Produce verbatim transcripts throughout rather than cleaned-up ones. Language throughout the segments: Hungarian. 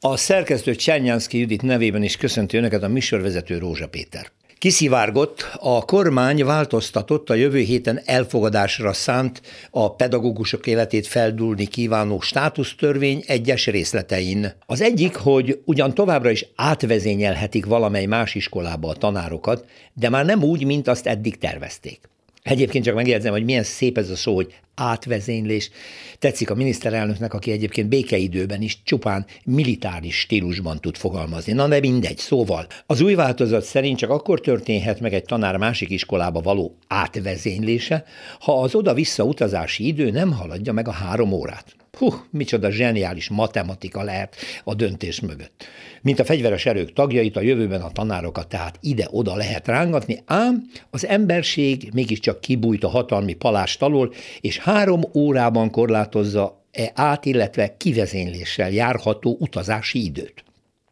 A szerkesztő Csernyánszky Judit nevében is köszönti önöket a műsorvezető Rózsa Péter. Kiszivárgott, a kormány változtatott a jövő héten elfogadásra szánt a pedagógusok életét feldúlni kívánó státusztörvény egyes részletein. Az egyik, hogy ugyan továbbra is átvezényelhetik valamely más iskolába a tanárokat, de már nem úgy, mint azt eddig tervezték. Egyébként csak megjegyzem, hogy milyen szép ez a szó, hogy átvezénylés. Tetszik a miniszterelnöknek, aki egyébként békeidőben is csupán militáris stílusban tud fogalmazni. Na de mindegy, szóval. Az új változat szerint csak akkor történhet meg egy tanár másik iskolába való átvezénylése, ha az oda-vissza utazási idő nem haladja meg a három órát. Hú, micsoda zseniális matematika lehet a döntés mögött. Mint a fegyveres erők tagjait, a jövőben a tanárokat tehát ide-oda lehet rángatni, ám az emberség mégiscsak kibújt a hatalmi palást alól, és három órában korlátozza e át, illetve kivezényléssel járható utazási időt.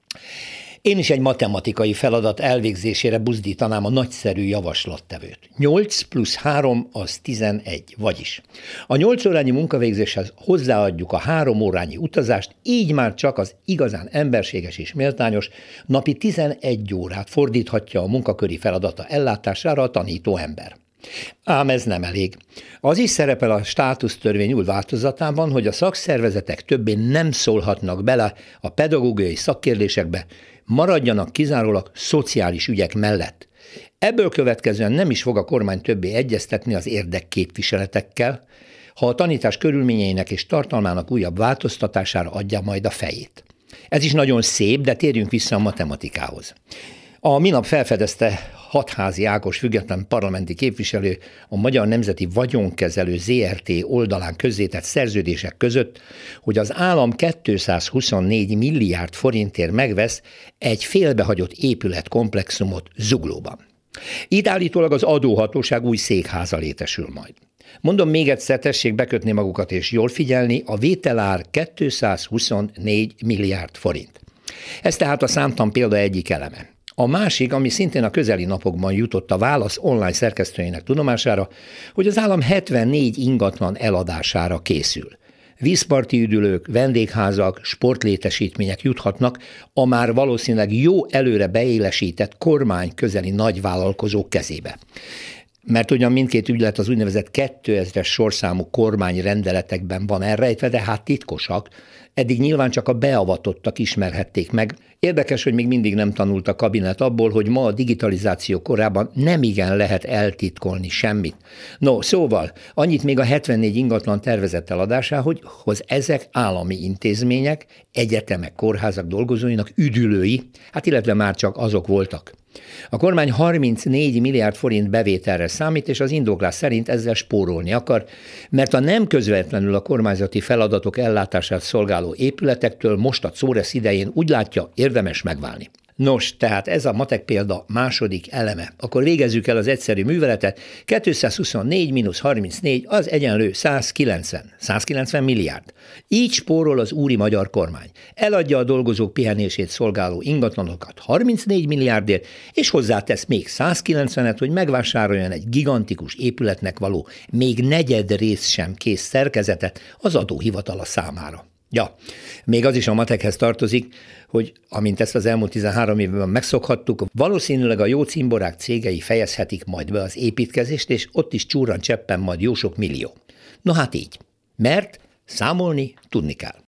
Én is egy matematikai feladat elvégzésére buzdítanám a nagyszerű javaslattevőt. nyolc plusz három az tizenegy, vagyis a nyolc órányi munkavégzéshez hozzáadjuk a három órányi utazást, így már csak az igazán emberséges és méltányos napi tizenegy órát fordíthatja a munkaköri feladata ellátására a tanító ember. Ám ez nem elég. Az is szerepel a státusztörvény új változatában, hogy a szakszervezetek többé nem szólhatnak bele a pedagógiai szakkérdésekbe, maradjanak kizárólag szociális ügyek mellett. Ebből következően nem is fog a kormány többé egyeztetni az érdekképviseletekkel, ha a tanítás körülményeinek és tartalmának újabb változtatására adja majd a fejét. Ez is nagyon szép, de térjünk vissza a matematikához. A minap felfedezte Hatházi Ákos független parlamenti képviselő a Magyar Nemzeti Vagyonkezelő zé er té oldalán közzétett szerződések között, hogy az állam kétszázhuszonnégy milliárd forintért megvesz egy félbehagyott épületkomplexumot Zuglóban. Itt állítólag az adóhatóság új székháza létesül majd. Mondom még egyszer, tessék bekötni magukat és jól figyelni, a vételár kétszázhuszonnégy milliárd forint. Ez tehát a számtan példa egyik eleme. A másik, ami szintén a közeli napokban jutott a Válasz online szerkesztőjének tudomására, hogy az állam hetvennégy ingatlan eladására készül. Vízparti üdülők, vendégházak, sportlétesítmények juthatnak a már valószínűleg jó előre beélesített kormány közeli nagyvállalkozók kezébe. Mert ugyan mindkét ügylet az úgynevezett kétezres sorszámú kormányrendeletekben van elrejtve, de hát titkosak, eddig nyilván csak a beavatottak ismerhették meg. Érdekes, hogy még mindig nem tanult a kabinet abból, hogy ma a digitalizáció korában nem igen lehet eltitkolni semmit. No, szóval, annyit még a hetvennégy ingatlan tervezett eladásához, hogy ezek állami intézmények, egyetemek, kórházak dolgozóinak üdülői, hát illetve már csak azok voltak. A kormány harmincnégy milliárd forint bevételre számít, és az indoklás szerint ezzel spórolni akar, mert a nem közvetlenül a kormányzati feladatok ellátását szolgáló épületektől most a Czóresz idején úgy látja, érdemes megválni. Nos, tehát ez a matek példa második eleme. Akkor végezzük el az egyszerű műveletet. kétszázhuszonnégy mínusz harmincnégy az egyenlő százkilencven. százkilencven milliárd. Így spórol az úri magyar kormány. Eladja a dolgozók pihenését szolgáló ingatlanokat harmincnégy milliárdért, és hozzátesz még százkilencvenet, hogy megvásároljon egy gigantikus épületnek való még negyed rész sem kész szerkezetet az adóhivatala számára. Ja, még az is a matekhez tartozik, hogy amint ezt az elmúlt tizenhárom évben megszokhattuk, valószínűleg a jó cimborák cégei fejezhetik majd be az építkezést, és ott is csúran cseppen majd jó sok millió. No hát így, mert számolni tudni kell.